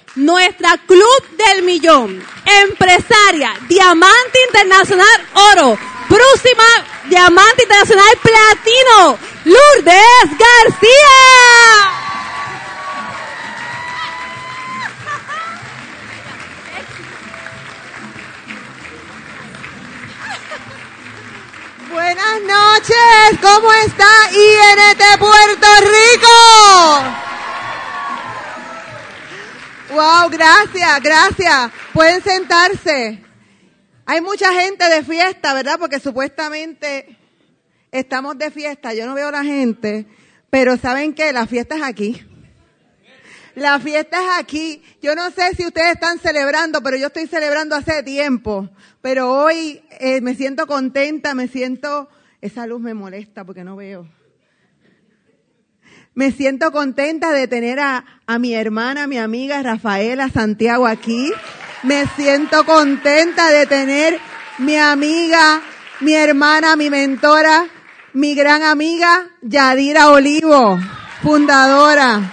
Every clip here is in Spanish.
nuestra Club del Millón, empresaria, Diamante Internacional Oro, próxima Diamante Internacional Platino, Lourdes García. Buenas noches, ¿cómo está INT Puerto Rico? Wow, gracias. Pueden sentarse. Hay mucha gente de fiesta, ¿verdad? Porque supuestamente estamos de fiesta. Yo no veo a la gente, pero ¿saben qué? La fiesta es aquí. La fiesta es aquí. Yo no sé si ustedes están celebrando, pero yo estoy celebrando hace tiempo. Pero hoy me siento contenta, esa luz me molesta porque no veo. Me siento contenta de tener a mi hermana, mi amiga Rafaela Santiago aquí. Me siento contenta de tener mi amiga, mi hermana, mi mentora, mi gran amiga Yadira Olivo, fundadora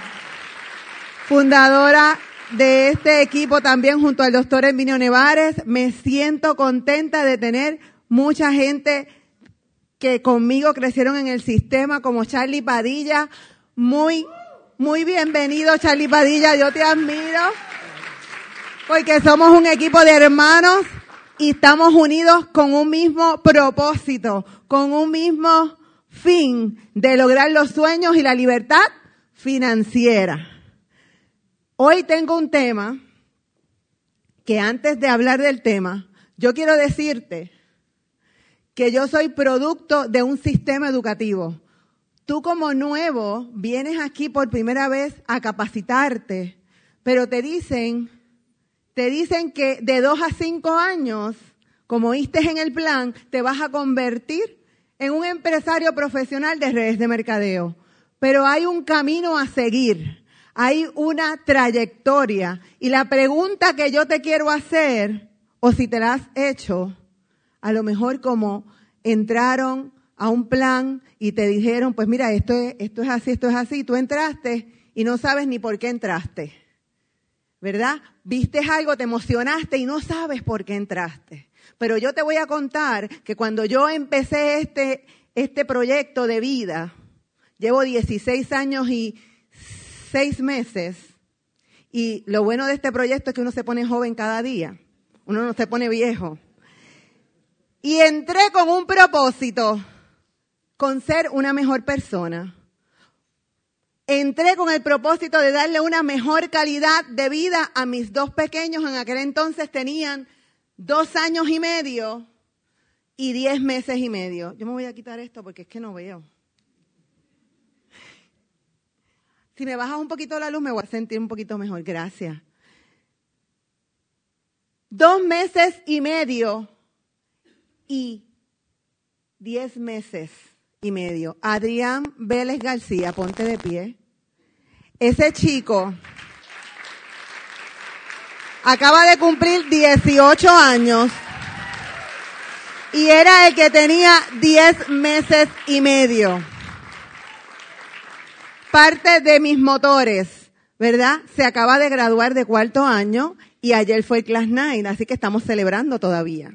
de este equipo también junto al doctor Herminio Nevares. Me siento contenta de tener mucha gente que conmigo crecieron en el sistema, como Charlie Padilla. Muy bienvenido, Charlie Padilla, yo te admiro, porque somos un equipo de hermanos y estamos unidos con un mismo propósito, con un mismo fin de lograr los sueños y la libertad financiera. Hoy tengo un tema que antes de hablar del tema, yo quiero decirte que yo soy producto de un sistema educativo. Tú como nuevo vienes aquí por primera vez a capacitarte, pero te dicen que de 2 a 5 años, como oíste en el plan, te vas a convertir en un empresario profesional de redes de mercadeo. Pero hay un camino a seguir. Hay una trayectoria y la pregunta que yo te quiero hacer, o si te la has hecho, a lo mejor como entraron a un plan y te dijeron, pues mira, esto es así, tú entraste y no sabes ni por qué entraste, ¿verdad? Viste algo, te emocionaste y no sabes por qué entraste. Pero yo te voy a contar que cuando yo empecé este proyecto de vida, llevo 16 años y 6 meses, y lo bueno de este proyecto es que uno se pone joven cada día, uno no se pone viejo. Y entré con un propósito, con ser una mejor persona. Entré con el propósito de darle una mejor calidad de vida a mis 2 pequeños. En aquel entonces tenían 2 años y medio y 10 meses y medio. Yo me voy a quitar esto porque es que no veo. Si me bajas un poquito la luz, me voy a sentir un poquito mejor. Gracias. 2 meses y medio y 10 meses y medio. Adrián Vélez García, ponte de pie. Ese chico acaba de cumplir 18 años y era el que tenía 10 meses y medio. Parte de mis motores, ¿verdad? Se acaba de graduar de 4º año y ayer fue el Class 9, así que estamos celebrando todavía.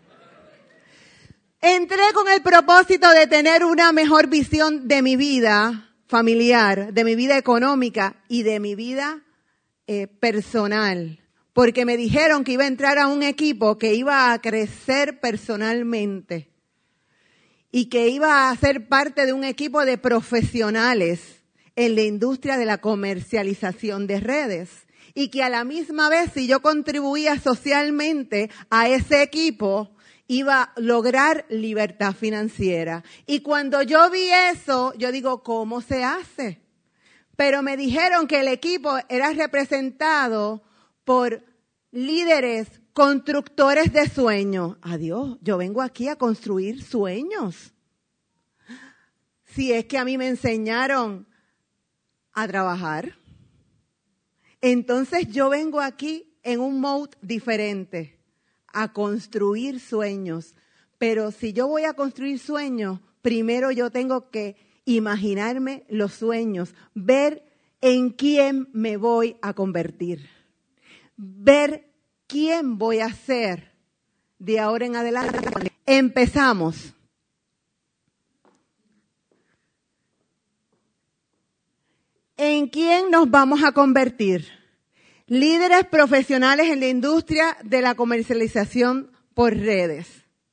Entré con el propósito de tener una mejor visión de mi vida familiar, de mi vida económica y de mi vida personal, porque me dijeron que iba a entrar a un equipo que iba a crecer personalmente y que iba a ser parte de un equipo de profesionales en la industria de la comercialización de redes. Y que a la misma vez, si yo contribuía socialmente a ese equipo, iba a lograr libertad financiera. Y cuando yo vi eso, yo digo, ¿cómo se hace? Pero me dijeron que el equipo era representado por líderes, constructores de sueños. Adiós, yo vengo aquí a construir sueños. Si es que a mí me enseñaron a trabajar, entonces yo vengo aquí en un mode diferente, a construir sueños. Pero si yo voy a construir sueños, primero yo tengo que imaginarme los sueños, ver en quién me voy a convertir. ver quién voy a ser de ahora en adelante. Empezamos. ¿En quién nos vamos a convertir? Líderes profesionales en la industria de la comercialización por redes.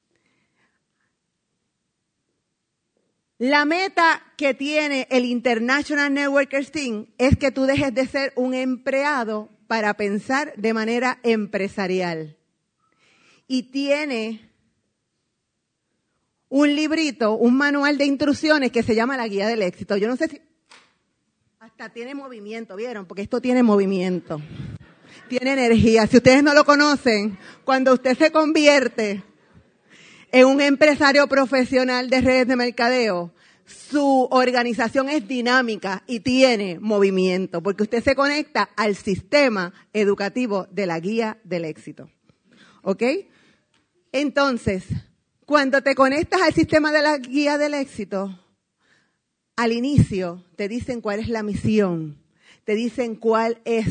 La meta que tiene el International Networkers Team es que tú dejes de ser un empleado para pensar de manera empresarial. Y tiene un librito, un manual de instrucciones que se llama La Guía del Éxito. Yo no sé si... Hasta tiene movimiento, ¿vieron? Porque esto tiene movimiento. Tiene energía. Si ustedes no lo conocen, cuando usted se convierte en un empresario profesional de redes de mercadeo, su organización es dinámica y tiene movimiento, porque usted se conecta al sistema educativo de la Guía del Éxito. ¿Ok? Entonces, cuando te conectas al sistema de la Guía del Éxito, al inicio te dicen cuál es la misión, te dicen cuál es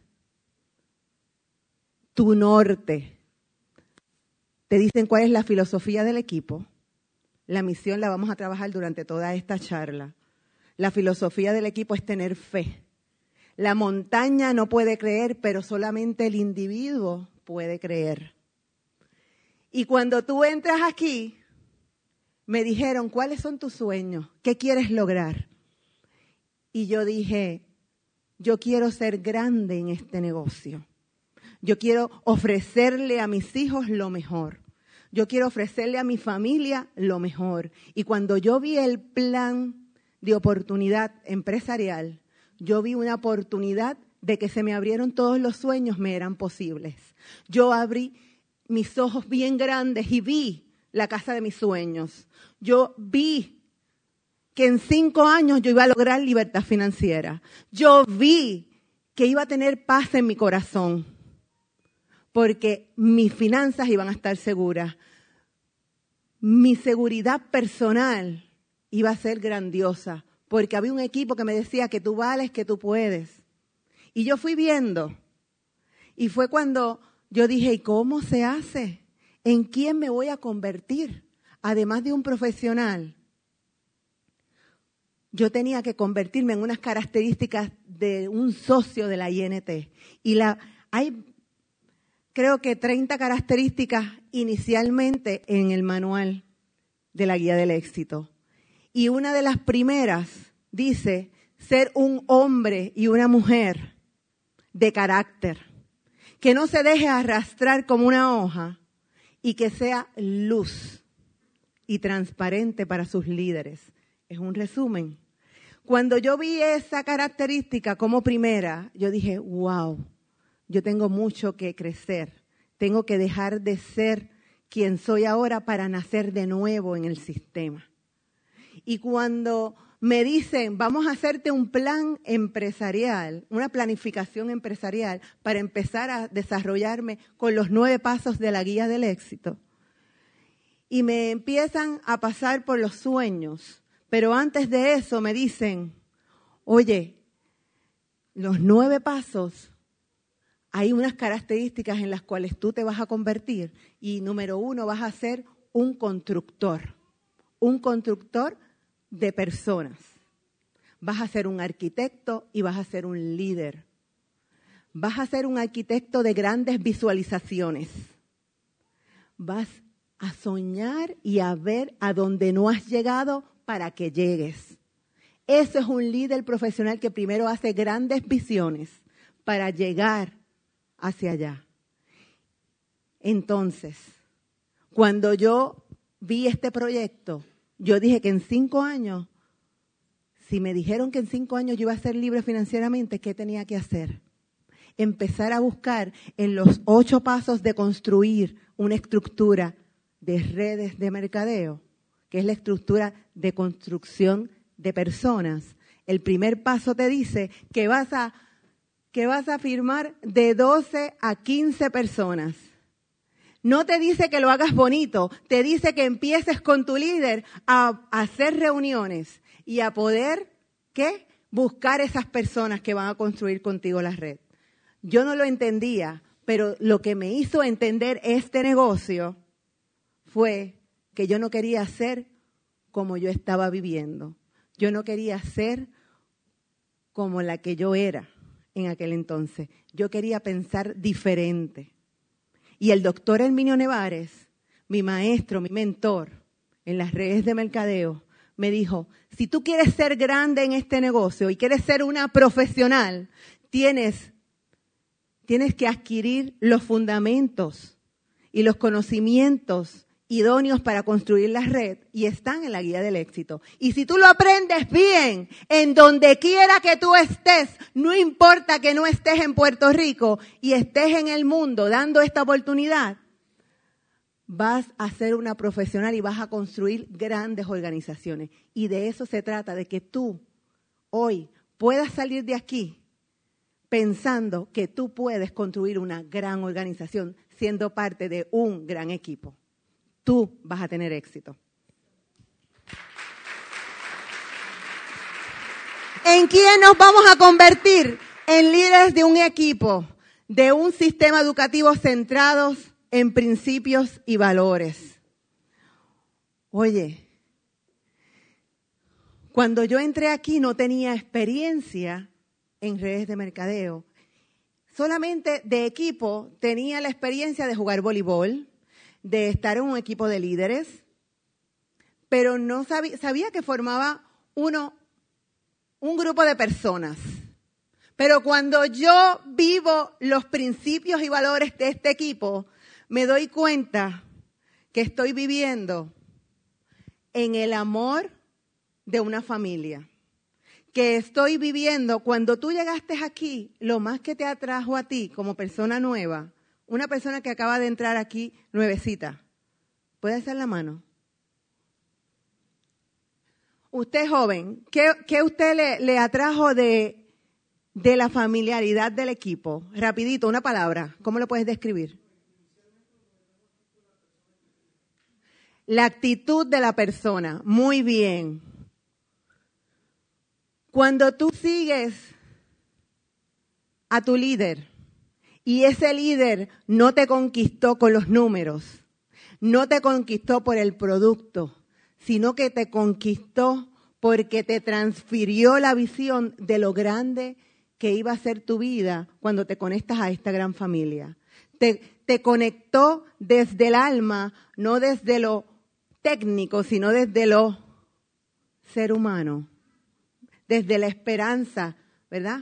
tu norte, te dicen cuál es la filosofía del equipo. La misión la vamos a trabajar durante toda esta charla. La filosofía del equipo es tener fe. La montaña no puede creer, pero solamente el individuo puede creer. Y cuando tú entras aquí, me dijeron, ¿cuáles son tus sueños? ¿Qué quieres lograr? Y yo dije, yo quiero ser grande en este negocio. Yo quiero ofrecerle a mis hijos lo mejor. Yo quiero ofrecerle a mi familia lo mejor. Y cuando yo vi el plan de oportunidad empresarial, yo vi una oportunidad de que se me abrieron todos los sueños, me eran posibles. Yo abrí mis ojos bien grandes y vi la casa de mis sueños. Yo vi que en 5 años yo iba a lograr libertad financiera. Yo vi que iba a tener paz en mi corazón, porque mis finanzas iban a estar seguras. Mi seguridad personal iba a ser grandiosa, porque había un equipo que me decía que tú vales, que tú puedes. Y yo fui viendo, y fue cuando yo dije, ¿y cómo se hace? ¿En quién me voy a convertir? Además de un profesional, yo tenía que convertirme en unas características de un socio de la INT. Y hay, creo que 30 características inicialmente en el manual de la Guía del Éxito. Y una de las primeras dice ser un hombre y una mujer de carácter, que no se deje arrastrar como una hoja, y que sea luz y transparente para sus líderes. Es un resumen. Cuando yo vi esa característica como primera, yo dije, wow, yo tengo mucho que crecer. Tengo que dejar de ser quien soy ahora para nacer de nuevo en el sistema. Y cuando me dicen, vamos a hacerte un plan empresarial, una planificación empresarial para empezar a desarrollarme con los 9 pasos de la Guía del Éxito. Y me empiezan a pasar por los sueños, pero antes de eso me dicen, oye, los 9 pasos, hay unas características en las cuales tú te vas a convertir. Y número 1, vas a ser un constructor de personas. Vas a ser un arquitecto y vas a ser un líder. Vas a ser un arquitecto de grandes visualizaciones. Vas a soñar y a ver a donde no has llegado para que llegues. Eso es un líder profesional que primero hace grandes visiones para llegar hacia allá. Entonces, cuando yo vi este proyecto, yo dije que en 5 años, si me dijeron que en 5 años yo iba a ser libre financieramente, ¿qué tenía que hacer? Empezar a buscar en los 8 pasos de construir una estructura de redes de mercadeo, que es la estructura de construcción de personas. El primer paso te dice que vas a firmar de 12 a 15 personas. No te dice que lo hagas bonito, te dice que empieces con tu líder a hacer reuniones y a poder, ¿qué? Buscar esas personas que van a construir contigo la red. Yo no lo entendía, Pero lo que me hizo entender este negocio fue que yo no quería ser como yo estaba viviendo. Yo no quería ser como la que yo era en aquel entonces. Yo quería pensar diferente. Y el doctor Herminio Nevares, mi maestro, mi mentor en las redes de mercadeo, me dijo, si tú quieres ser grande en este negocio y quieres ser una profesional, tienes que adquirir los fundamentos y los conocimientos idóneos para construir la red y están en la guía del éxito. Y si tú lo aprendes bien, en donde quiera que tú estés, no importa que no estés en Puerto Rico y estés en el mundo dando esta oportunidad, vas a ser una profesional y vas a construir grandes organizaciones. Y de eso se trata, de que tú hoy puedas salir de aquí pensando que tú puedes construir una gran organización siendo parte de un gran equipo. Tú vas a tener éxito. ¿En quién nos vamos a convertir? En líderes de un equipo, de un sistema educativo centrados en principios y valores. Oye, cuando yo entré aquí no tenía experiencia en redes de mercadeo. Solamente de equipo tenía la experiencia de jugar voleibol, de estar en un equipo de líderes, pero no sabía que formaba un grupo de personas. Pero cuando yo vivo los principios y valores de este equipo, me doy cuenta que estoy viviendo en el amor de una familia. Que estoy viviendo, cuando tú llegaste aquí, lo más que te atrajo a ti como persona nueva, una persona que acaba de entrar aquí nuevecita, ¿puede hacer la mano? Usted joven, ¿qué usted le atrajo de la familiaridad del equipo? Rapidito, una palabra, ¿cómo lo puedes describir? La actitud de la persona, muy bien. Cuando tú sigues a tu líder y ese líder no te conquistó con los números, no te conquistó por el producto, sino que te conquistó porque te transfirió la visión de lo grande que iba a ser tu vida cuando te conectas a esta gran familia. Te conectó desde el alma, no desde lo técnico, sino desde lo ser humano. Desde la esperanza, ¿verdad?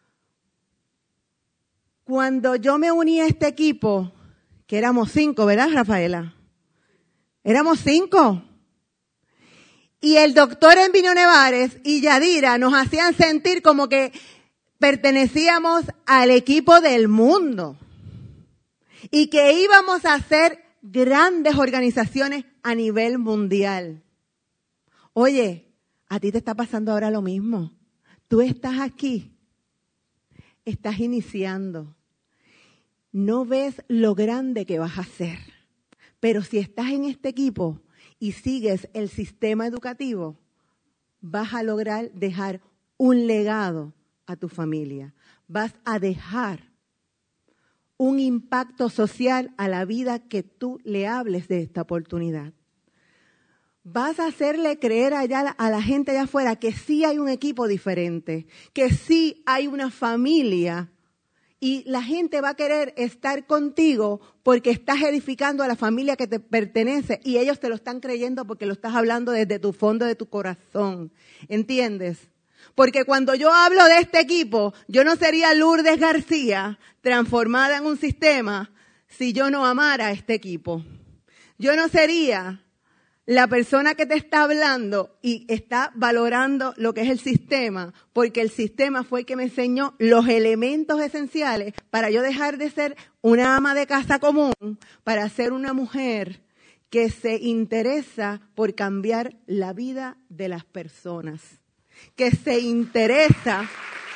Cuando yo me uní a este equipo, que éramos 5, ¿verdad, Rafaela? Éramos 5. Y el doctor Herminio Nevares y Yadira nos hacían sentir como que pertenecíamos al equipo del mundo. Y que íbamos a hacer grandes organizaciones a nivel mundial. Oye, a ti te está pasando ahora lo mismo. Tú estás aquí, estás iniciando. No ves lo grande que vas a hacer. Pero si estás en este equipo y sigues el sistema educativo, vas a lograr dejar un legado a tu familia. Vas a dejar un impacto social a la vida que tú le hables de esta oportunidad. Vas a hacerle creer allá a la gente allá afuera que sí hay un equipo diferente, que sí hay una familia y la gente va a querer estar contigo porque estás edificando a la familia que te pertenece y ellos te lo están creyendo porque lo estás hablando desde tu fondo de tu corazón. ¿Entiendes? Porque cuando yo hablo de este equipo, yo no sería Lourdes García transformada en un sistema si yo no amara a este equipo. Yo no sería la persona que te está hablando y está valorando lo que es el sistema, porque el sistema fue el que me enseñó los elementos esenciales para yo dejar de ser una ama de casa común, para ser una mujer que se interesa por cambiar la vida de las personas, que se interesa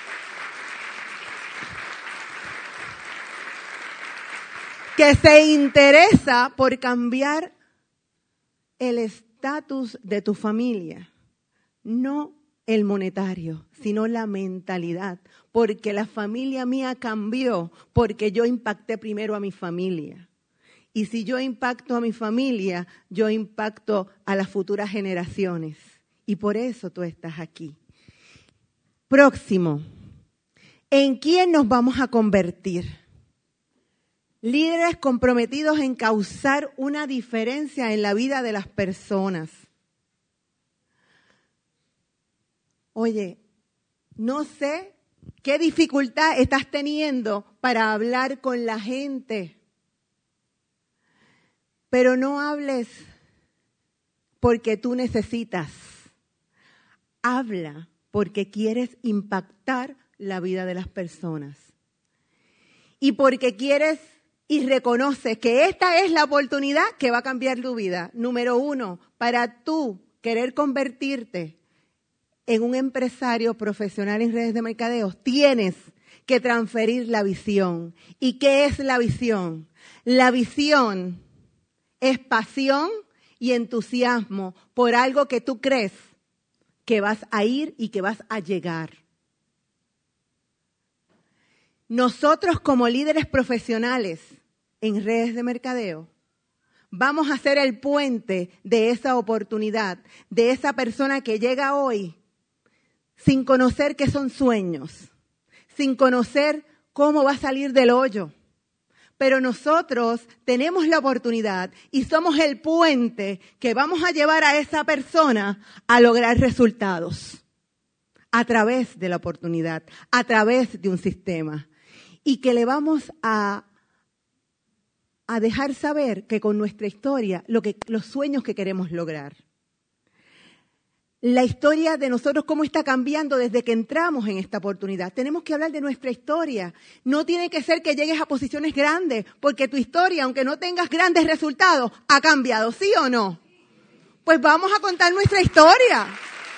por cambiar el estatus de tu familia, no el monetario, sino la mentalidad, porque la familia mía cambió, porque yo impacté primero a mi familia. Y si yo impacto a mi familia, yo impacto a las futuras generaciones. Y por eso tú estás aquí. Próximo. ¿En quién nos vamos a convertir? Líderes comprometidos en causar una diferencia en la vida de las personas. Oye, no sé qué dificultad estás teniendo para hablar con la gente. Pero no hables porque tú necesitas. Habla porque quieres impactar la vida de las personas. Y porque quieres y reconoces que esta es la oportunidad que va a cambiar tu vida. Número 1, para tú querer convertirte en un empresario profesional en redes de mercadeo, tienes que transferir la visión. ¿Y qué es la visión? La visión es pasión y entusiasmo por algo que tú crees que vas a ir y que vas a llegar. Nosotros como líderes profesionales en redes de mercadeo vamos a ser el puente de esa oportunidad, de esa persona que llega hoy sin conocer qué son sueños, sin conocer cómo va a salir del hoyo. Pero nosotros tenemos la oportunidad y somos el puente que vamos a llevar a esa persona a lograr resultados a través de la oportunidad, a través de un sistema. Y que le vamos a dejar saber que con nuestra historia, los sueños que queremos lograr. La historia de nosotros, cómo está cambiando desde que entramos en esta oportunidad. Tenemos que hablar de nuestra historia. No tiene que ser que llegues a posiciones grandes, porque tu historia, aunque no tengas grandes resultados, ha cambiado, ¿sí o no? Pues vamos a contar nuestra historia.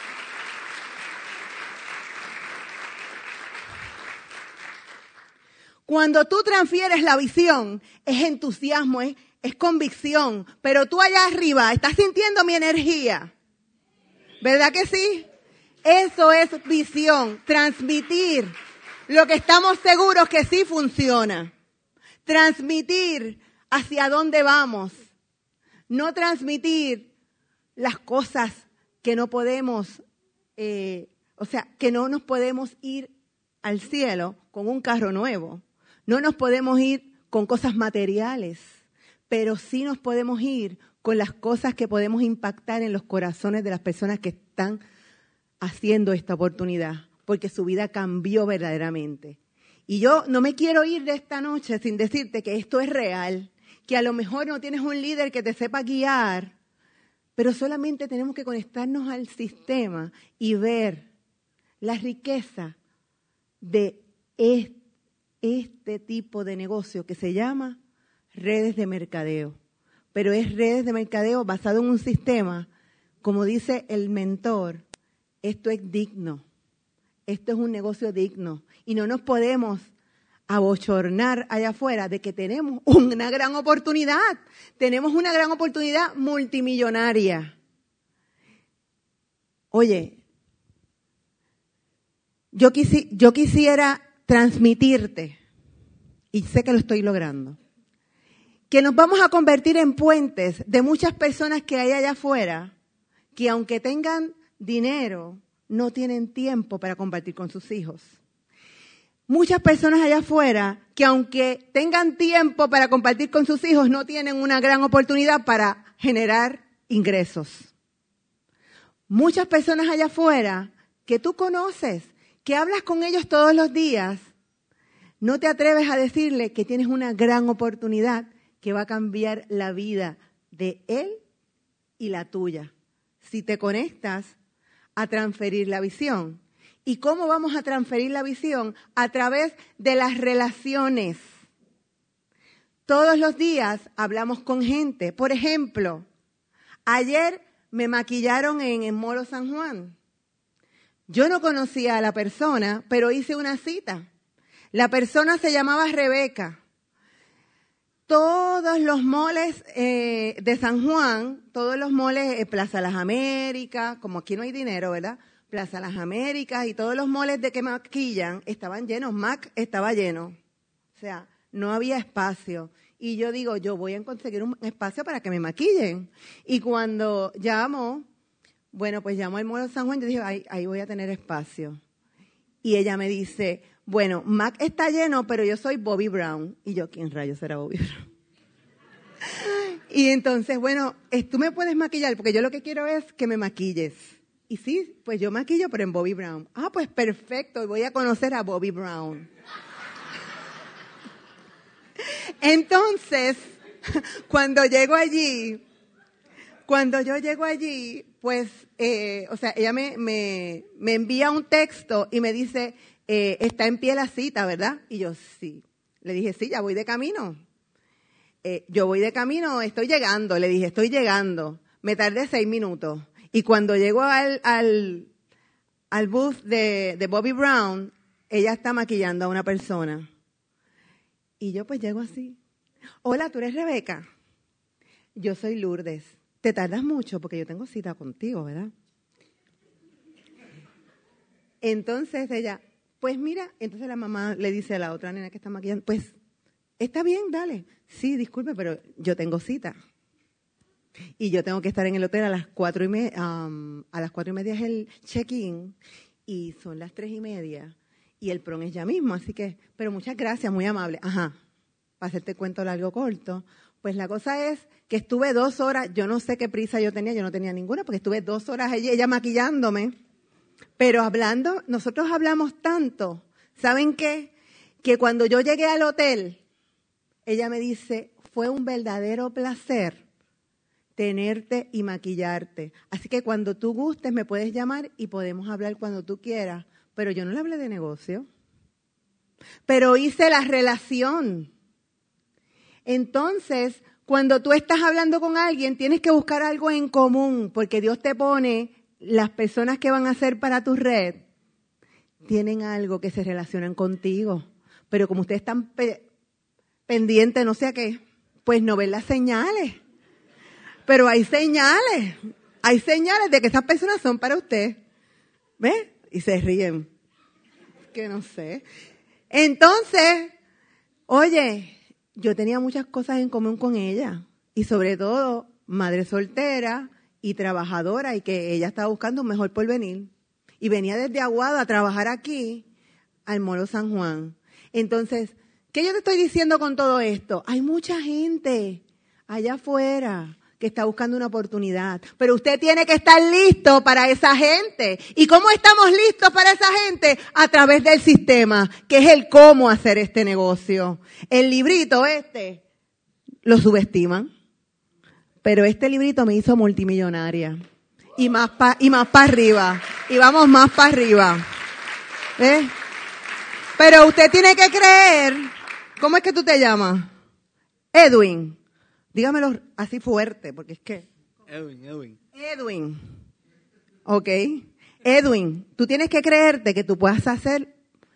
Cuando tú transfieres la visión, es entusiasmo, es convicción, pero tú allá arriba estás sintiendo mi energía. ¿Verdad que sí? Eso es visión, transmitir lo que estamos seguros que sí funciona. Transmitir hacia dónde vamos. No transmitir las cosas que no podemos, que no nos podemos ir al cielo con un carro nuevo. No nos podemos ir con cosas materiales, pero sí nos podemos ir con las cosas que podemos impactar en los corazones de las personas que están haciendo esta oportunidad, porque su vida cambió verdaderamente. Y yo no me quiero ir de esta noche sin decirte que esto es real, que a lo mejor no tienes un líder que te sepa guiar, pero solamente tenemos que conectarnos al sistema y ver la riqueza de este tipo de negocio que se llama redes de mercadeo. Pero es redes de mercadeo basado en un sistema, como dice el mentor, esto es digno, esto es un negocio digno y no nos podemos abochornar allá afuera de que tenemos una gran oportunidad multimillonaria. Oye, yo quisiera transmitirte, y sé que lo estoy logrando, que nos vamos a convertir en puentes de muchas personas que hay allá afuera, que aunque tengan dinero, no tienen tiempo para compartir con sus hijos. Muchas personas allá afuera, que aunque tengan tiempo para compartir con sus hijos, no tienen una gran oportunidad para generar ingresos. Muchas personas allá afuera, que tú conoces, que hablas con ellos todos los días, no te atreves a decirle que tienes una gran oportunidad que va a cambiar la vida de él y la tuya. Si te conectas a transferir la visión. ¿Y cómo vamos a transferir la visión? A través de las relaciones. Todos los días hablamos con gente. Por ejemplo, ayer me maquillaron en Molo San Juan. Yo no conocía a la persona, pero hice una cita. La persona se llamaba Rebeca. Todos los moles de San Juan, todos los moles, Plaza Las Américas, como aquí no hay dinero, ¿verdad? Plaza Las Américas y todos los moles de que maquillan estaban llenos, MAC estaba lleno. O sea, no había espacio. Y yo digo, yo voy a conseguir un espacio para que me maquillen. Y cuando llamo, pues llamo al Mall San Juan, yo dije, ahí voy a tener espacio. Y ella me dice, bueno, MAC está lleno, pero yo soy Bobbi Brown. Y yo, ¿quién rayos será Bobbi Brown? Y entonces, tú me puedes maquillar, porque yo lo que quiero es que me maquilles. Y sí, pues yo maquillo, pero en Bobbi Brown. Ah, pues perfecto, voy a conocer a Bobbi Brown. Entonces, cuando yo llego allí, pues, ella me envía un texto y me dice, está en pie la cita, ¿verdad? Y yo, sí. Le dije, sí, ya voy de camino. Yo voy de camino, estoy llegando. Le dije, estoy llegando. Me tardé 6 minutos. Y cuando llego al booth de Bobbi Brown, ella está maquillando a una persona. Y yo pues llego así. Hola, ¿tú eres Rebeca? Yo soy Lourdes. ¿Te tardas mucho? Porque yo tengo cita contigo, ¿verdad? Entonces ella, pues mira, entonces la mamá le dice a la otra nena que está maquillando, pues, está bien, dale. Sí, disculpe, pero yo tengo cita. Y yo tengo que estar en el hotel a las 4:30, a las 4:30 es el check-in, y son las 3:30. Y el prom es ya mismo, así que, pero muchas gracias, muy amable. Ajá, para hacerte cuento largo corto, pues la cosa es que estuve 2 horas, yo no sé qué prisa yo no tenía ninguna, porque estuve 2 horas allí, ella maquillándome, pero hablando, nosotros hablamos tanto, ¿saben qué? Que cuando yo llegué al hotel, ella me dice, fue un verdadero placer tenerte y maquillarte. Así que cuando tú gustes me puedes llamar y podemos hablar cuando tú quieras. Pero yo no le hablé de negocio. Pero hice la relación. Entonces, cuando tú estás hablando con alguien, tienes que buscar algo en común, porque Dios te pone, las personas que van a ser para tu red, tienen algo que se relacionan contigo. Pero como ustedes están pendientes, no sé a qué, pues no ven las señales. Pero hay señales de que esas personas son para usted. ¿Ves? Y se ríen. Que no sé. Entonces, oye, yo tenía muchas cosas en común con ella. Y sobre todo, madre soltera y trabajadora, y que ella estaba buscando un mejor porvenir. Y venía desde Aguado a trabajar aquí, al Molo San Juan. Entonces, ¿qué yo te estoy diciendo con todo esto? Hay mucha gente allá afuera que está buscando una oportunidad, pero usted tiene que estar listo para esa gente. ¿Y cómo estamos listos para esa gente? A través del sistema, que es el cómo hacer este negocio. El librito lo subestiman, pero este librito me hizo multimillonaria. Y más para arriba. Y vamos más para arriba. ¿Ves? Pero usted tiene que creer. ¿Cómo es que tú te llamas? Edwin. Dígamelo así fuerte, porque es que... Edwin. Ok. Edwin, tú tienes que creerte que tú puedas hacer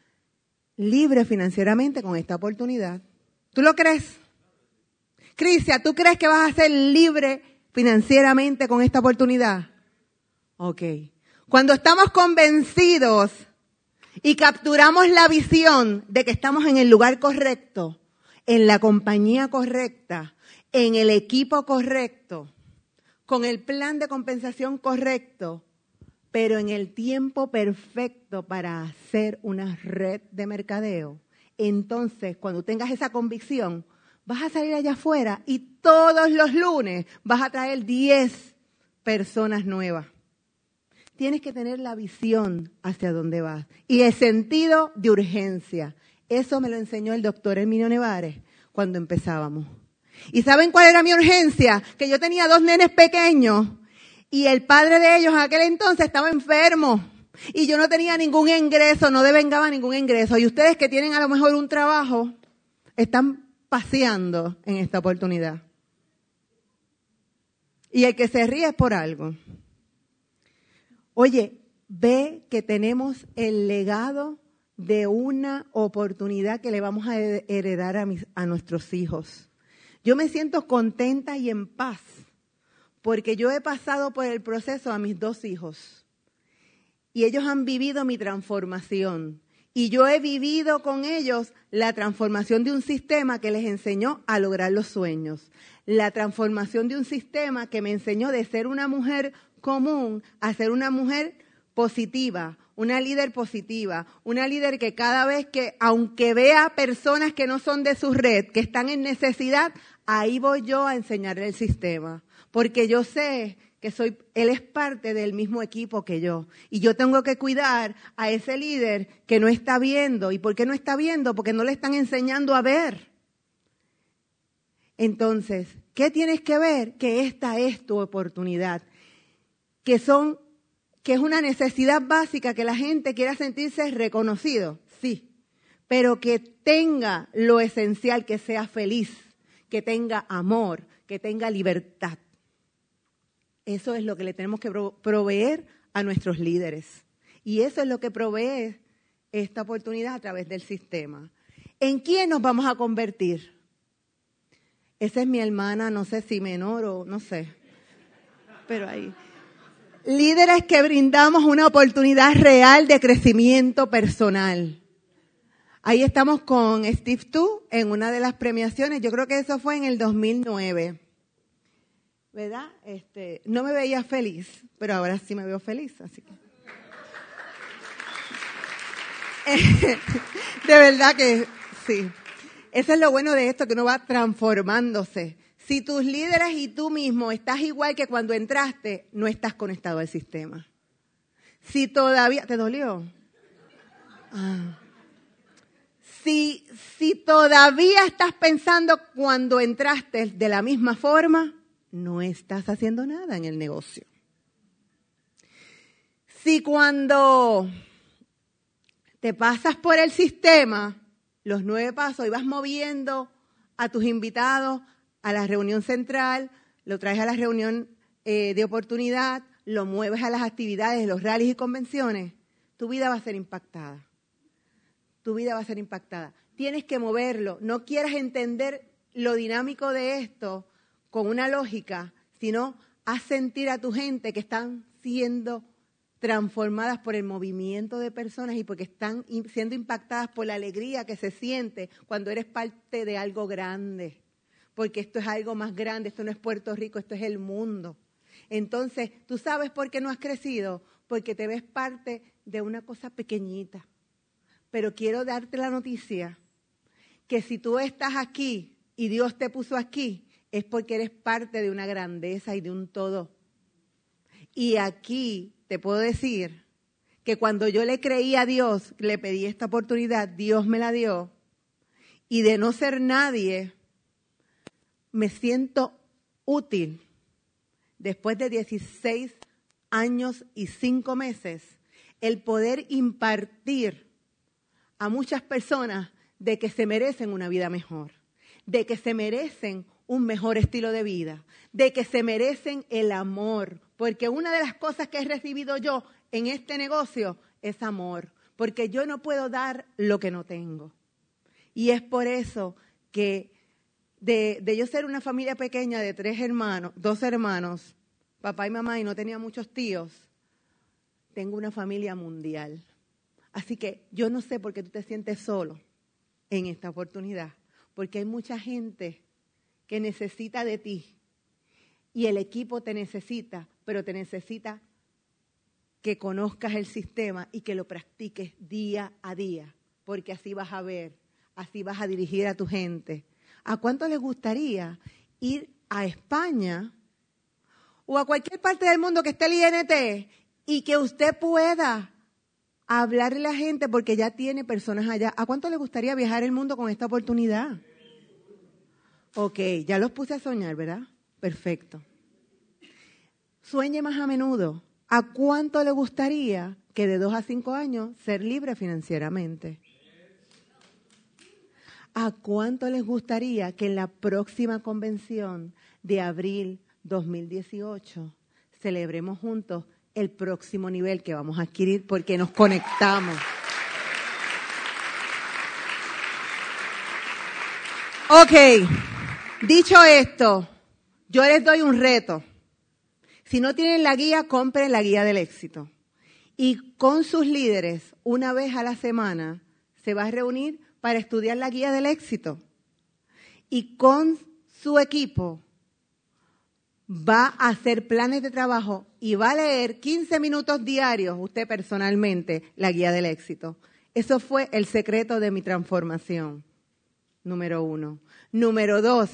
libre financieramente con esta oportunidad. ¿Tú lo crees? Crisia, ¿tú crees que vas a ser libre financieramente con esta oportunidad? Ok. Cuando estamos convencidos y capturamos la visión de que estamos en el lugar correcto, en la compañía correcta, en el equipo correcto, con el plan de compensación correcto, pero en el tiempo perfecto para hacer una red de mercadeo. Entonces, cuando tengas esa convicción, vas a salir allá afuera y todos los lunes vas a traer 10 personas nuevas. Tienes que tener la visión hacia dónde vas y el sentido de urgencia. Eso me lo enseñó el doctor Herminio Nevares cuando empezábamos. ¿Y saben cuál era mi urgencia? Que yo tenía 2 nenes pequeños y el padre de ellos en aquel entonces estaba enfermo y yo no tenía ningún ingreso, no devengaba ningún ingreso. Y ustedes que tienen a lo mejor un trabajo, están paseando en esta oportunidad. Y el que se ríe es por algo. Oye, ve que tenemos el legado de una oportunidad que le vamos a heredar a nuestros hijos. Yo me siento contenta y en paz, porque yo he pasado por el proceso a mis 2 hijos. y ellos han vivido mi transformación. Y yo he vivido con ellos la transformación de un sistema que les enseñó a lograr los sueños. La transformación de un sistema que me enseñó de ser una mujer común a ser una mujer positiva, una líder positiva, una líder que cada vez que, aunque vea personas que no son de su red, que están en necesidad, ahí voy yo a enseñarle el sistema. Porque yo sé que él es parte del mismo equipo que yo. Y yo tengo que cuidar a ese líder que no está viendo. ¿Y por qué no está viendo? Porque no le están enseñando a ver. Entonces, ¿qué tienes que ver? Que esta es tu oportunidad. Que es una necesidad básica que la gente quiera sentirse reconocido, sí. Pero que tenga lo esencial, que sea feliz, que tenga amor, que tenga libertad. Eso es lo que le tenemos que proveer a nuestros líderes. Y eso es lo que provee esta oportunidad a través del sistema. ¿En quién nos vamos a convertir? Esa es mi hermana, no sé si menor o no sé. Pero ahí. Líderes que brindamos una oportunidad real de crecimiento personal. Ahí estamos con Steve Tu en una de las premiaciones. Yo creo que eso fue en el 2009. ¿Verdad? No me veía feliz, pero ahora sí me veo feliz, así que. De verdad que sí. Eso es lo bueno de esto, que uno va transformándose. Si tus líderes y tú mismo estás igual que cuando entraste, no estás conectado al sistema. Si todavía... ¿Te dolió? Si todavía estás pensando cuando entraste de la misma forma, no estás haciendo nada en el negocio. Si cuando te pasas por el sistema, los 9 pasos, y vas moviendo a tus invitados a la reunión central, lo traes a la reunión de oportunidad, lo mueves a las actividades, los rallies y convenciones, tu vida va a ser impactada. Tu vida va a ser impactada. Tienes que moverlo. No quieras entender lo dinámico de esto con una lógica, sino haz sentir a tu gente que están siendo transformadas por el movimiento de personas y porque están siendo impactadas por la alegría que se siente cuando eres parte de algo grande. Porque esto es algo más grande, esto no es Puerto Rico, esto es el mundo. Entonces, ¿tú sabes por qué no has crecido? Porque te ves parte de una cosa pequeñita. Pero quiero darte la noticia que si tú estás aquí y Dios te puso aquí, es porque eres parte de una grandeza y de un todo. Y aquí te puedo decir que cuando yo le creí a Dios, le pedí esta oportunidad, Dios me la dio. Y de no ser nadie, me siento útil. Después de 16 años y 5 meses, el poder impartir a muchas personas de que se merecen una vida mejor, de que se merecen un mejor estilo de vida, de que se merecen el amor, porque una de las cosas que he recibido yo en este negocio es amor, porque yo no puedo dar lo que no tengo. Y es por eso que de yo ser una familia pequeña de 2 hermanos, papá y mamá, y no tenía muchos tíos, tengo una familia mundial. Así que yo no sé por qué tú te sientes solo en esta oportunidad, porque hay mucha gente que necesita de ti y el equipo te necesita, pero te necesita que conozcas el sistema y que lo practiques día a día, porque así vas a ver, así vas a dirigir a tu gente. ¿A cuánto les gustaría ir a España o a cualquier parte del mundo que esté el INT y que usted pueda hablarle a la gente porque ya tiene personas allá? ¿A cuánto les gustaría viajar el mundo con esta oportunidad? Ok, ya los puse a soñar, ¿verdad? Perfecto. Sueñe más a menudo. ¿A cuánto le gustaría que de 2 a 5 años ser libre financieramente? ¿A cuánto les gustaría que en la próxima convención de abril 2018 celebremos juntos el próximo nivel que vamos a adquirir porque nos conectamos? Ok, dicho esto, yo les doy un reto. Si no tienen la guía, compren la guía del éxito. y con sus líderes, una vez a la semana, se va a reunir para estudiar la guía del éxito. Y con su equipo va a hacer planes de trabajo y va a leer 15 minutos diarios, usted personalmente, la guía del éxito. Eso fue el secreto de mi transformación, número 1. Número 2,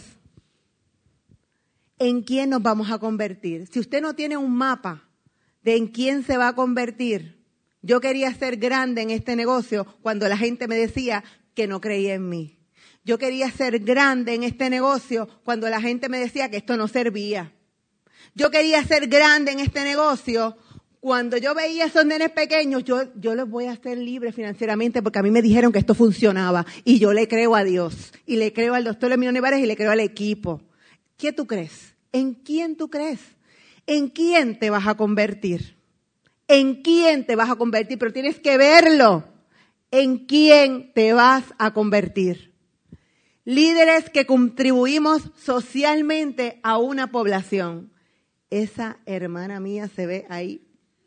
¿en quién nos vamos a convertir? Si usted no tiene un mapa de en quién se va a convertir. Yo quería ser grande en este negocio cuando la gente me decía que no creía en mí. Yo quería ser grande en este negocio cuando la gente me decía que esto no servía. Yo quería ser grande en este negocio cuando yo veía a esos nenes pequeños. Yo los voy a hacer libres financieramente porque a mí me dijeron que esto funcionaba. Y yo le creo a Dios. Y le creo al doctor Emilio Nevares y le creo al equipo. ¿Qué tú crees? ¿En quién tú crees? ¿En quién te vas a convertir? ¿En quién te vas a convertir? Pero tienes que verlo. ¿En quién te vas a convertir? Líderes que contribuimos socialmente a una población. Esa hermana mía se ve ahí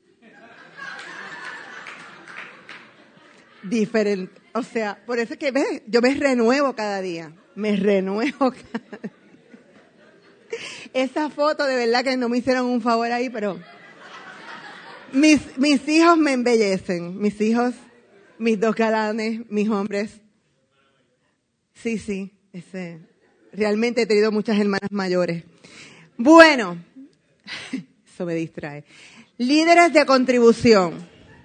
diferente. O sea, por eso es que yo me renuevo cada día. Me renuevo cada día. Esa foto de verdad que no me hicieron un favor ahí, pero mis hijos me embellecen. Mis hijos, mis 2 galanes, mis hombres. Sí, realmente he tenido muchas hermanas mayores. Bueno, eso me distrae. Líderes de contribución.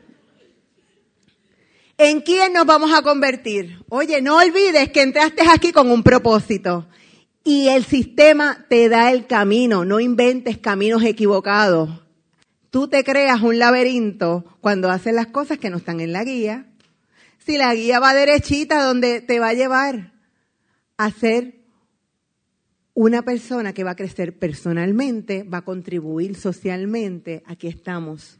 ¿En quién nos vamos a convertir? Oye, no olvides que entraste aquí con un propósito. Y el sistema te da el camino, no inventes caminos equivocados. Tú te creas un laberinto cuando haces las cosas que no están en la guía. Si la guía va derechita, ¿dónde te va a llevar? A ser una persona que va a crecer personalmente, va a contribuir socialmente. Aquí estamos.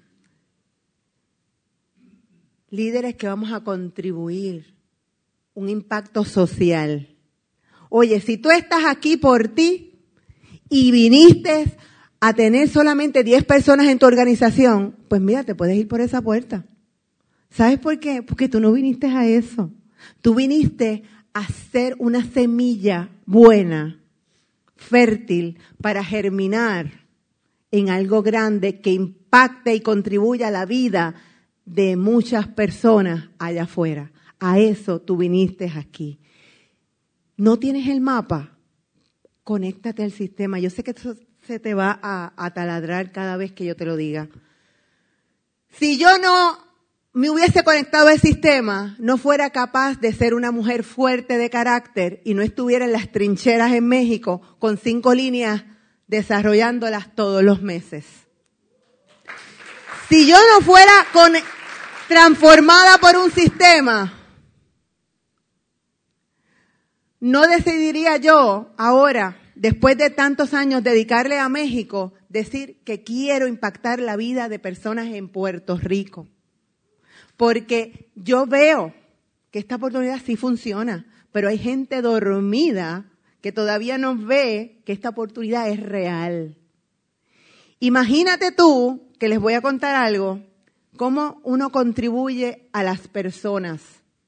Líderes que vamos a contribuir un impacto social. Oye, si tú estás aquí por ti y viniste a tener solamente 10 personas en tu organización, pues mira, te puedes ir por esa puerta. ¿Sabes por qué? Porque tú no viniste a eso. Tú viniste a ser una semilla buena, fértil, para germinar en algo grande que impacte y contribuya a la vida de muchas personas allá afuera. A eso tú viniste aquí. ¿No tienes el mapa? Conéctate al sistema. Yo sé que eso se te va a taladrar cada vez que yo te lo diga. Si yo no me hubiese conectado al sistema, no fuera capaz de ser una mujer fuerte de carácter y no estuviera en las trincheras en México con 5 líneas desarrollándolas todos los meses. Si yo no fuera transformada por un sistema, no decidiría yo ahora, después de tantos años, dedicarle a México, decir que quiero impactar la vida de personas en Puerto Rico. Porque yo veo que esta oportunidad sí funciona, pero hay gente dormida que todavía no ve que esta oportunidad es real. Imagínate tú, que les voy a contar algo, cómo uno contribuye a las personas.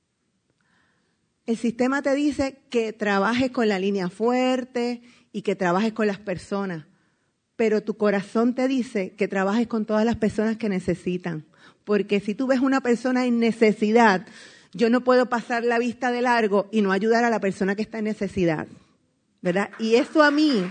El sistema te dice que trabajes con la línea fuerte y que trabajes con las personas, pero tu corazón te dice que trabajes con todas las personas que necesitan. Porque si tú ves una persona en necesidad, yo no puedo pasar la vista de largo y no ayudar a la persona que está en necesidad, ¿verdad? Y eso a mí,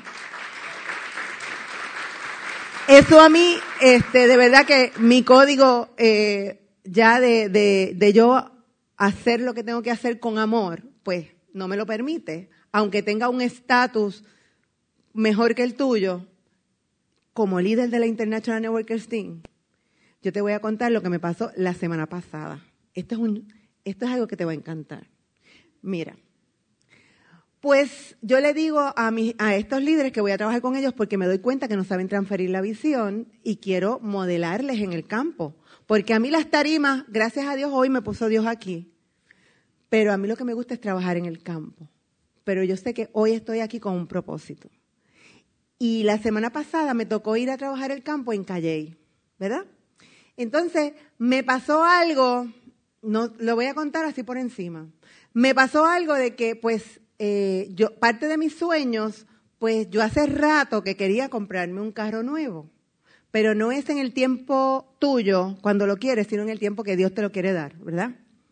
de verdad que mi código ya de yo hacer lo que tengo que hacer con amor, pues no me lo permite. Aunque tenga un estatus mejor que el tuyo, como líder de la International Networkers Team, yo te voy a contar lo que me pasó la semana pasada. Esto es algo que te va a encantar. Mira, pues yo le digo a estos líderes que voy a trabajar con ellos porque me doy cuenta que no saben transferir la visión y quiero modelarles en el campo. Porque a mí las tarimas, gracias a Dios, hoy me puso Dios aquí. Pero a mí lo que me gusta es trabajar en el campo. Pero yo sé que hoy estoy aquí con un propósito. Y la semana pasada me tocó ir a trabajar el campo en Calley, ¿verdad? Entonces, me pasó algo, no lo voy a contar así por encima. Me pasó algo de que, pues, yo parte de mis sueños, pues, yo hace rato que quería comprarme un carro nuevo. Pero no es en el tiempo tuyo, cuando lo quieres, sino en el tiempo que Dios te lo quiere dar, ¿verdad?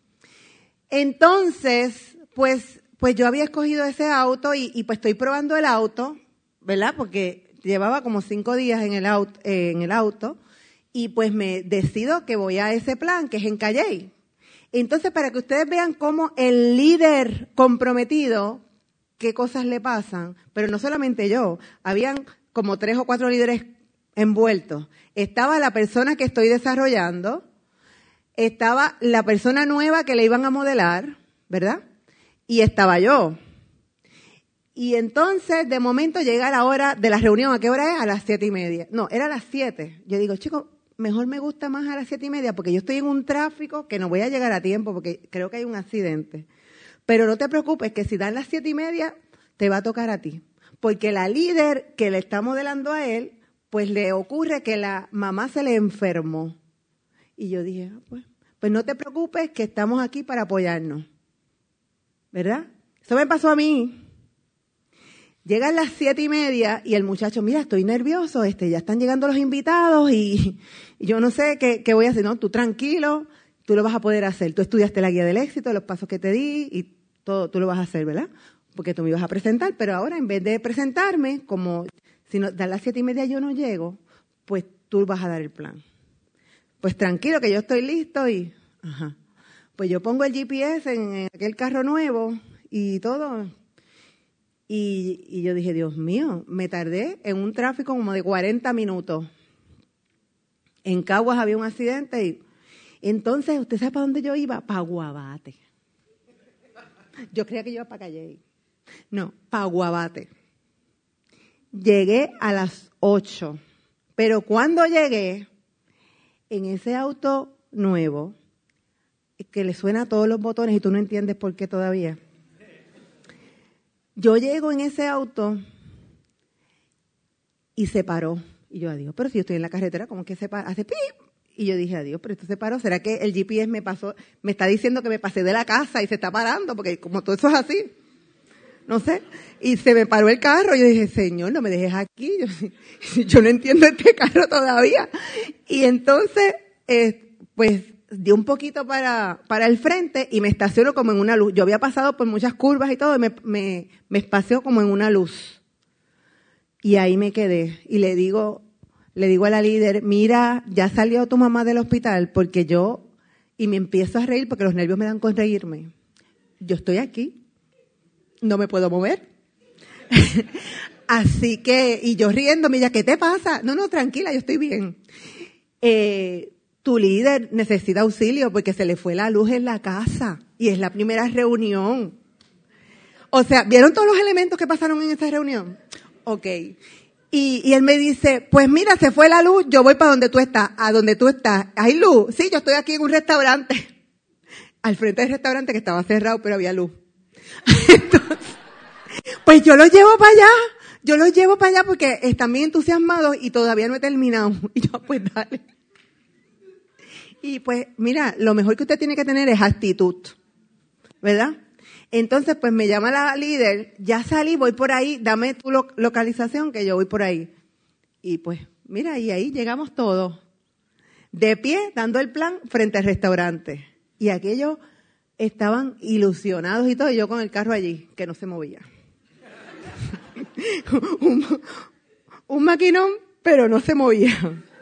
Entonces, pues yo había escogido ese auto y pues estoy probando el auto, ¿verdad? Porque llevaba como 5 días en el auto y pues me decido que voy a ese plan, que es en Calley. Entonces, para que ustedes vean cómo el líder comprometido, qué cosas le pasan, pero no solamente yo, habían como 3 o 4 líderes envueltos. Estaba la persona que estoy desarrollando, estaba la persona nueva que le iban a modelar, ¿verdad? Y estaba yo. Y entonces, de momento, llega la hora de la reunión. ¿A qué hora es? A las 7:30. No, era a las 7. Yo digo, chicos, mejor me gusta más a las 7:30 porque yo estoy en un tráfico que no voy a llegar a tiempo porque creo que hay un accidente. Pero no te preocupes que si dan las 7:30, te va a tocar a ti. Porque la líder que le está modelando a él, pues le ocurre que la mamá se le enfermó. Y yo dije, pues no te preocupes que estamos aquí para apoyarnos. ¿Verdad? Eso me pasó a mí. Llegan las 7:30 y el muchacho, mira, estoy nervioso, ya están llegando los invitados y yo no sé qué voy a hacer. No, tú tranquilo, tú lo vas a poder hacer. Tú estudiaste la guía del éxito, los pasos que te di y todo, tú lo vas a hacer, ¿verdad? Porque tú me ibas a presentar, pero ahora en vez de presentarme, como si no, a las 7:30 yo no llego, pues tú vas a dar el plan. Pues tranquilo que yo estoy listo y, pues yo pongo el GPS en aquel carro nuevo y todo. Y yo dije, Dios mío, me tardé en un tráfico como de 40 minutos. En Caguas había un accidente y entonces, ¿usted sabe para dónde yo iba? Para Guabate. Yo creía que yo iba para Calley. No, para Guabate. Llegué a las 8, pero cuando llegué, en ese auto nuevo, que le suena a todos los botones y tú no entiendes por qué todavía. Yo llego en ese auto y se paró. Y yo, adiós, pero si yo estoy en la carretera, ¿cómo que se para? Hace pip. Y yo dije, adiós, pero esto se paró. ¿Será que el GPS me está diciendo que me pasé de la casa y se está parando? Porque como todo eso es así. No sé. Y se me paró el carro. Yo dije, Señor, no me dejes aquí. Yo no entiendo este carro todavía. Y entonces, pues, di un poquito para el frente y me estaciono como en una luz. Yo había pasado por muchas curvas y todo, y me espació como en una luz. Y ahí me quedé. Y le digo a la líder, mira, ya salió tu mamá del hospital porque y me empiezo a reír porque los nervios me dan con reírme. Yo estoy aquí. No me puedo mover. Así que, y yo riéndome, ya, ¿qué te pasa? No, tranquila, yo estoy bien. Tu líder necesita auxilio porque se le fue la luz en la casa y es la primera reunión. O sea, ¿vieron todos los elementos que pasaron en esa reunión? Ok. Y él me dice, pues mira, se fue la luz, yo voy para donde tú estás. ¿A donde tú estás? ¿Hay luz? Sí, yo estoy aquí en un restaurante. Al frente del restaurante que estaba cerrado, pero había luz. Entonces, pues yo los llevo para allá porque están bien entusiasmados y todavía no he terminado. Y yo, pues dale. Y pues mira, lo mejor que usted tiene que tener es actitud, ¿verdad? Entonces pues me llama la líder, ya salí, voy por ahí, dame tu localización que yo voy por ahí. Y pues mira, y ahí llegamos todos, de pie, dando el plan frente al restaurante. Y aquellos estaban ilusionados y todo, y yo con el carro allí, que no se movía. un maquinón, pero no se movía.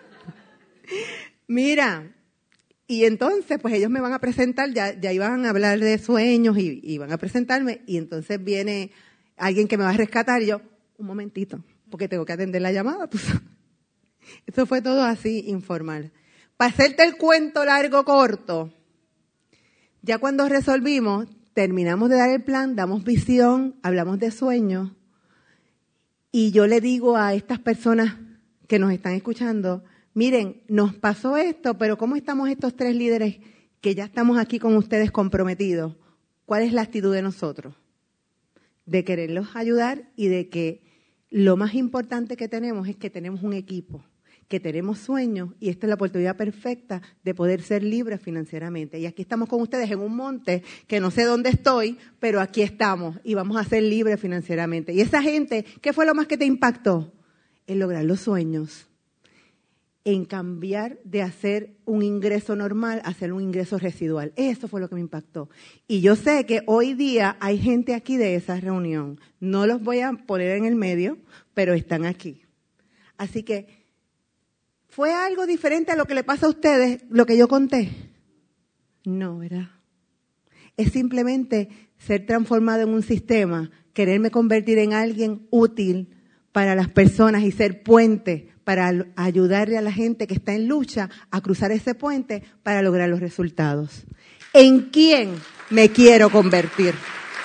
Mira, y entonces pues ellos me van a presentar, ya iban a hablar de sueños y van a presentarme, y entonces viene alguien que me va a rescatar y yo, un momentito, porque tengo que atender la llamada, tú sabes. Eso fue todo así, informal. Para hacerte el cuento largo, corto, ya cuando resolvimos, terminamos de dar el plan, damos visión, hablamos de sueños, y yo le digo a estas personas que nos están escuchando, miren, nos pasó esto, pero ¿cómo estamos estos 3 líderes que ya estamos aquí con ustedes comprometidos? ¿Cuál es la actitud de nosotros? De quererlos ayudar y de que lo más importante que tenemos es que tenemos un equipo, que tenemos sueños y esta es la oportunidad perfecta de poder ser libres financieramente. Y aquí estamos con ustedes en un monte que no sé dónde estoy, pero aquí estamos y vamos a ser libres financieramente. Y esa gente, ¿qué fue lo más que te impactó? En lograr los sueños, en cambiar de hacer un ingreso normal a hacer un ingreso residual. Eso fue lo que me impactó. Y yo sé que hoy día hay gente aquí de esa reunión. No los voy a poner en el medio, pero están aquí. Así que, ¿fue algo diferente a lo que le pasa a ustedes, lo que yo conté? No, ¿verdad? Es simplemente ser transformado en un sistema, quererme convertir en alguien útil para las personas y ser puente para ayudarle a la gente que está en lucha a cruzar ese puente para lograr los resultados. ¿En quién me quiero convertir?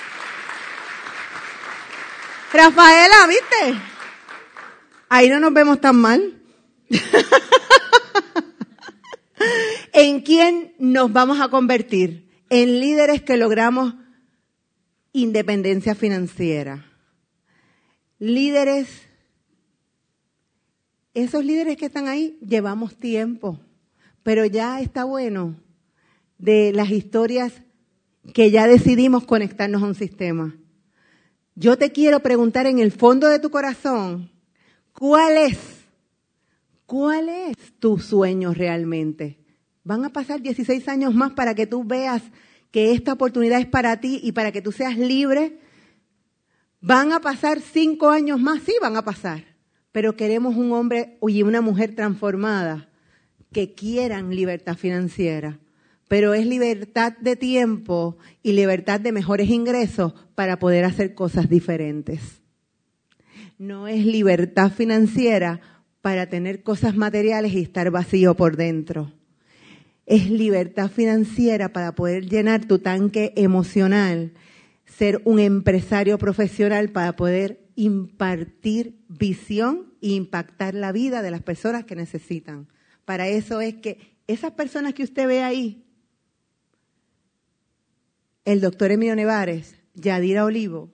Rafaela, ¿viste? Ahí no nos vemos tan mal. ¿En quién nos vamos a convertir? En líderes que logramos independencia financiera. Líderes, esos líderes que están ahí, llevamos tiempo, pero ya está bueno de las historias que ya decidimos conectarnos a un sistema. Yo te quiero preguntar en el fondo de tu corazón, ¿cuál es tu sueño realmente? Van a pasar 16 años más para que tú veas que esta oportunidad es para ti y para que tú seas libre. ¿Van a pasar 5 años más? Sí, van a pasar. Pero queremos un hombre y una mujer transformada que quieran libertad financiera. Pero es libertad de tiempo y libertad de mejores ingresos para poder hacer cosas diferentes. No es libertad financiera para tener cosas materiales y estar vacío por dentro. Es libertad financiera para poder llenar tu tanque emocional, ser un empresario profesional para poder impartir visión e impactar la vida de las personas que necesitan. Para eso es que esas personas que usted ve ahí, el doctor Emilio Nevares, Yadira Olivo,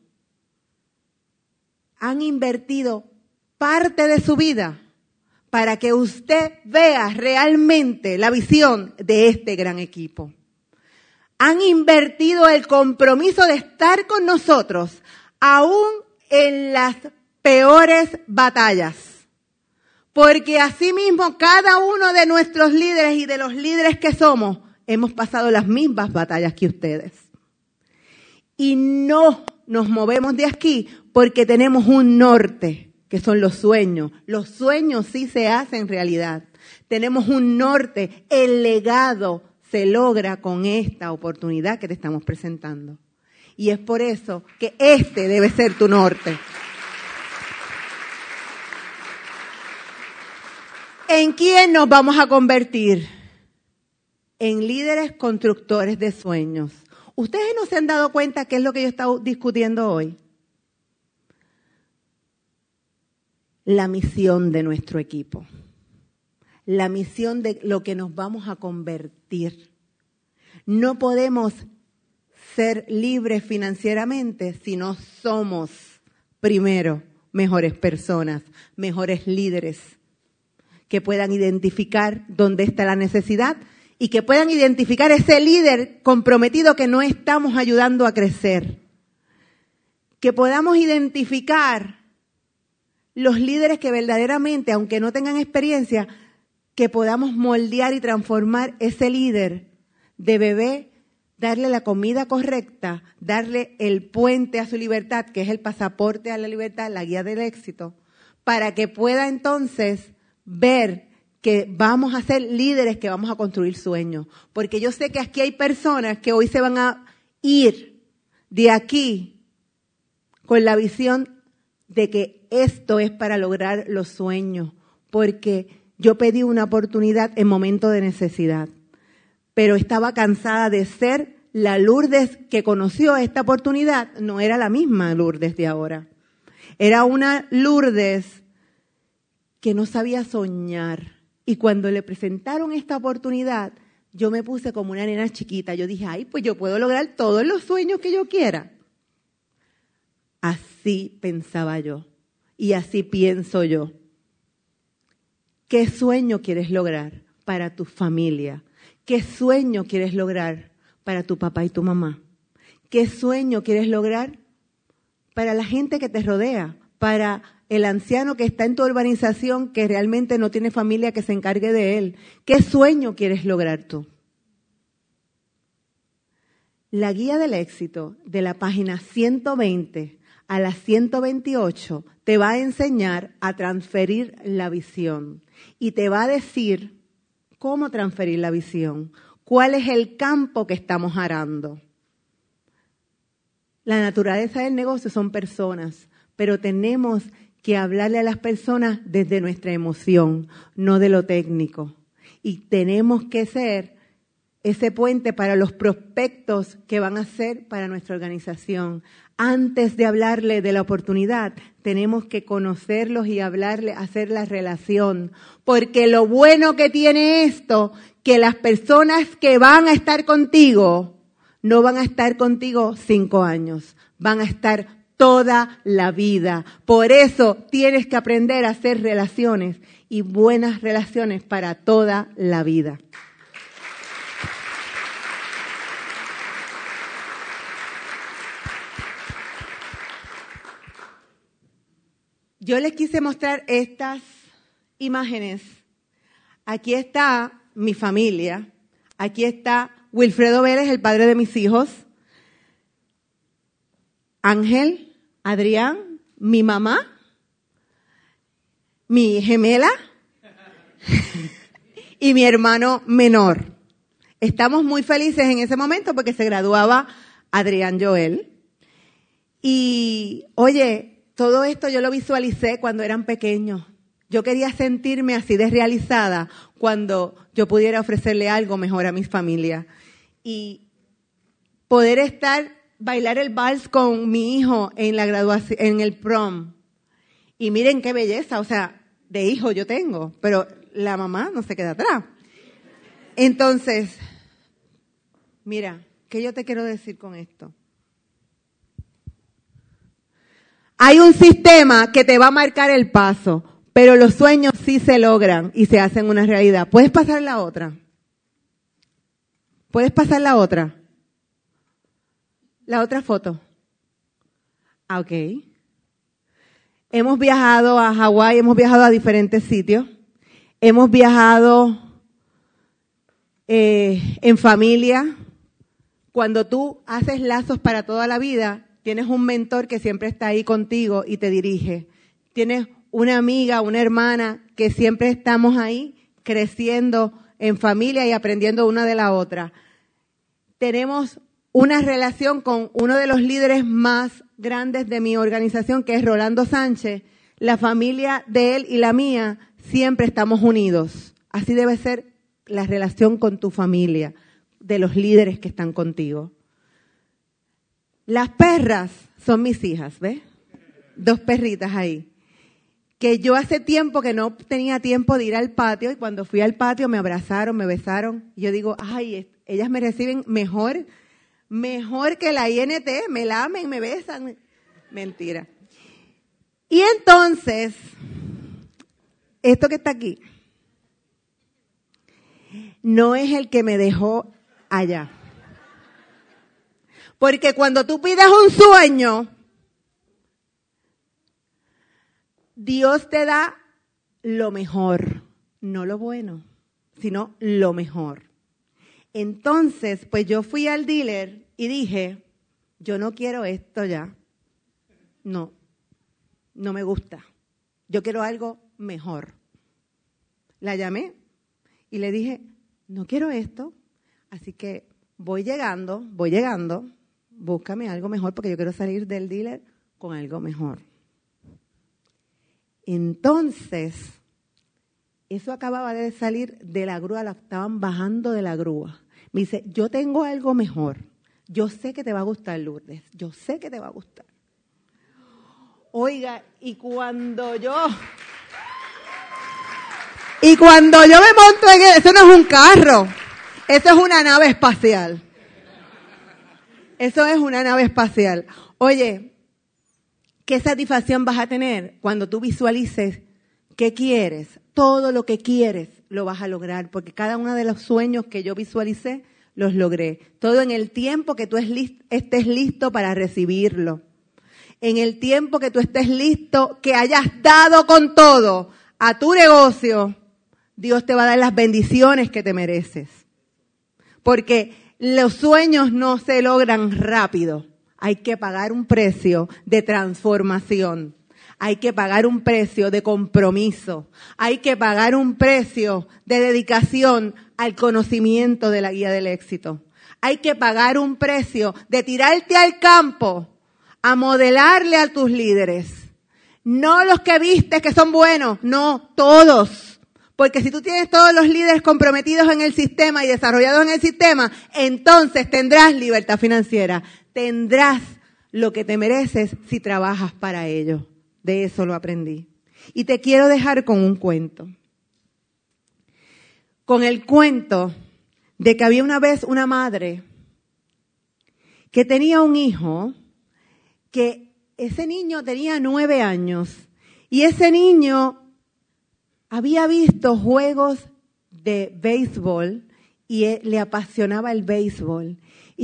han invertido parte de su vida para que usted vea realmente la visión de este gran equipo. Han invertido el compromiso de estar con nosotros, aún en las peores batallas. Porque asimismo, cada uno de nuestros líderes y de los líderes que somos, hemos pasado las mismas batallas que ustedes. Y no nos movemos de aquí porque tenemos un norte, que son los sueños. Los sueños sí se hacen realidad. Tenemos un norte, el legado se logra con esta oportunidad que te estamos presentando. Y es por eso que este debe ser tu norte. ¿En quién nos vamos a convertir? En líderes constructores de sueños. ¿Ustedes no se han dado cuenta qué es lo que yo he estado discutiendo hoy? La misión de nuestro equipo. La misión de lo que nos vamos a convertir. No podemos ser libres financieramente si no somos, primero, mejores personas, mejores líderes, que puedan identificar dónde está la necesidad y que puedan identificar ese líder comprometido que no estamos ayudando a crecer. Que podamos identificar los líderes que verdaderamente, aunque no tengan experiencia, que podamos moldear y transformar ese líder de bebé, darle la comida correcta, darle el puente a su libertad, que es el pasaporte a la libertad, la guía del éxito, para que pueda entonces ver que vamos a ser líderes que vamos a construir sueños. Porque yo sé que aquí hay personas que hoy se van a ir de aquí con la visión de que esto es para lograr los sueños, porque yo pedí una oportunidad en momento de necesidad, pero estaba cansada de ser la Lourdes que conoció esta oportunidad. No era la misma Lourdes de ahora. Era una Lourdes que no sabía soñar. Y cuando le presentaron esta oportunidad, yo me puse como una nena chiquita. Yo dije, ay, pues yo puedo lograr todos los sueños que yo quiera. Así pensaba yo y así pienso yo. ¿Qué sueño quieres lograr para tu familia? ¿Qué sueño quieres lograr para tu papá y tu mamá? ¿Qué sueño quieres lograr para la gente que te rodea? Para el anciano que está en tu urbanización que realmente no tiene familia que se encargue de él. ¿Qué sueño quieres lograr tú? La guía del éxito de la página 120 a la 128 te va a enseñar a transferir la visión y te va a decir cómo transferir la visión, cuál es el campo que estamos arando. La naturaleza del negocio son personas, pero tenemos que hablarle a las personas desde nuestra emoción, no de lo técnico. Y tenemos que ser ese puente para los prospectos que van a ser para nuestra organización. Antes de hablarle de la oportunidad, tenemos que conocerlos y hablarle, hacer la relación. Porque lo bueno que tiene esto, que las personas que van a estar contigo, no van a estar contigo 5 años, van a estar toda la vida. Por eso tienes que aprender a hacer relaciones y buenas relaciones para toda la vida. Yo les quise mostrar estas imágenes. Aquí está mi familia. Aquí está Wilfredo Vélez, el padre de mis hijos. Ángel, Adrián, mi mamá, mi gemela y mi hermano menor. Estamos muy felices en ese momento porque se graduaba Adrián Joel. Y, oye, todo esto yo lo visualicé cuando eran pequeños. Yo quería sentirme así de realizada cuando yo pudiera ofrecerle algo mejor a mi familia. Y poder bailar el vals con mi hijo en la graduación, en el prom. Y miren qué belleza, o sea, de hijo yo tengo, pero la mamá no se queda atrás. Entonces, mira, ¿qué yo te quiero decir con esto? Hay un sistema que te va a marcar el paso, pero los sueños sí se logran y se hacen una realidad. ¿Puedes pasar la otra? ¿Puedes pasar la otra? La otra foto. Ok. Hemos viajado a Hawái, hemos viajado a diferentes sitios. Hemos viajado en familia. Cuando tú haces lazos para toda la vida, tienes un mentor que siempre está ahí contigo y te dirige. Tienes una amiga, una hermana que siempre estamos ahí creciendo en familia y aprendiendo una de la otra. Tenemos una relación con uno de los líderes más grandes de mi organización, que es Rolando Sánchez. La familia de él y la mía siempre estamos unidos. Así debe ser la relación con tu familia, de los líderes que están contigo. Las perras son mis hijas, ¿ves? 2 perritas ahí. Que yo hace tiempo que no tenía tiempo de ir al patio y cuando fui al patio me abrazaron, me besaron. Y yo digo, ay, ellas me reciben mejor que la INT, me lamen, me besan. Mentira. Y entonces, esto que está aquí, no es el que me dejó allá. Porque cuando tú pides un sueño, Dios te da lo mejor, no lo bueno, sino lo mejor. Entonces, pues yo fui al dealer y dije, yo no quiero esto ya. No me gusta. Yo quiero algo mejor. La llamé y le dije, no quiero esto, así que voy llegando. Búscame algo mejor porque yo quiero salir del dealer con algo mejor. Entonces, eso acababa de salir de la grúa, la estaban bajando de la grúa. Me dice, yo tengo algo mejor. Yo sé que te va a gustar, Lourdes. Yo sé que te va a gustar. Oiga, y cuando yo me monto en eso no es un carro, eso es una nave espacial. Eso es una nave espacial. Oye, ¿qué satisfacción vas a tener cuando tú visualices ¿Qué quieres? Todo lo que quieres lo vas a lograr, porque cada uno de los sueños que yo visualicé, los logré. Todo en el tiempo que tú estés listo para recibirlo. En el tiempo que tú estés listo, que hayas dado con todo a tu negocio, Dios te va a dar las bendiciones que te mereces. Porque los sueños no se logran rápido. Hay que pagar un precio de transformación. Hay que pagar un precio de compromiso. Hay que pagar un precio de dedicación al conocimiento de la guía del éxito. Hay que pagar un precio de tirarte al campo a modelarle a tus líderes. No los que viste que son buenos, no, todos. Porque si tú tienes todos los líderes comprometidos en el sistema y desarrollados en el sistema, entonces tendrás libertad financiera. Tendrás lo que te mereces si trabajas para ello. De eso lo aprendí. Y te quiero dejar con un cuento. Con el cuento de que había una vez una madre que tenía un hijo, que ese niño tenía 9 años y ese niño había visto juegos de béisbol y le apasionaba el béisbol.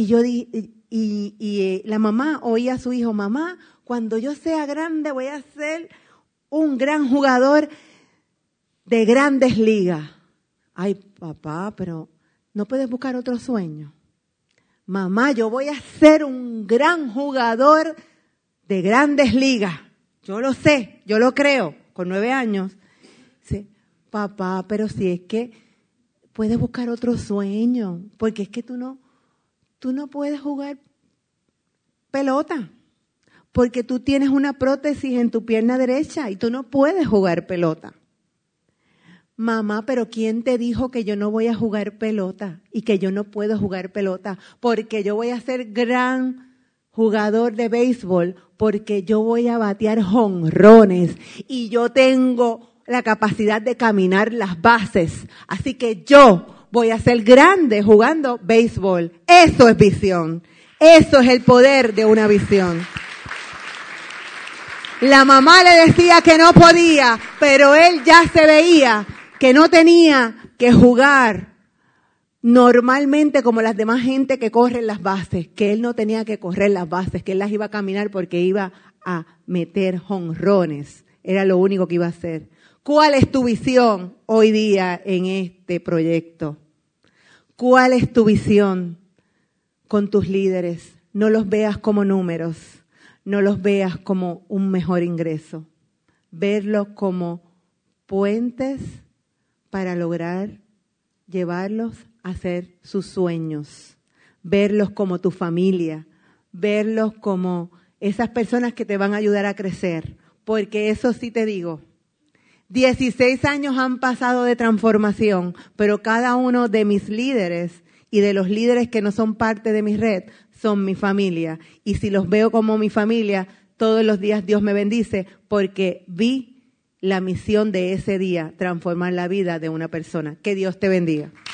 Y la mamá oía a su hijo: mamá, cuando yo sea grande voy a ser un gran jugador de grandes ligas. Ay, papá, pero ¿no puedes buscar otro sueño? Mamá, yo voy a ser un gran jugador de grandes ligas. Yo lo sé, yo lo creo, con 9 años. Sí, papá, pero si es que puedes buscar otro sueño, porque es que tú no puedes jugar pelota, porque tú tienes una prótesis en tu pierna derecha y tú no puedes jugar pelota. Mamá, pero ¿quién te dijo que yo no voy a jugar pelota y que yo no puedo jugar pelota? Porque yo voy a ser gran jugador de béisbol, porque yo voy a batear jonrones y yo tengo la capacidad de caminar las bases. Así que yo voy a ser grande jugando béisbol. Eso es visión. Eso es el poder de una visión. La mamá le decía que no podía, pero él ya se veía que no tenía que jugar normalmente como las demás gente que corren las bases, que él no tenía que correr las bases, que él las iba a caminar porque iba a meter jonrones. Era lo único que iba a hacer. ¿Cuál es tu visión hoy día en este proyecto? ¿Cuál es tu visión con tus líderes? No los veas como números, no los veas como un mejor ingreso. Verlos como puentes para lograr llevarlos a hacer sus sueños. Verlos como tu familia, verlos como esas personas que te van a ayudar a crecer. Porque eso sí te digo, 16 años han pasado de transformación, pero cada uno de mis líderes y de los líderes que no son parte de mi red son mi familia. Y si los veo como mi familia, todos los días Dios me bendice porque vi la misión de ese día, transformar la vida de una persona. Que Dios te bendiga.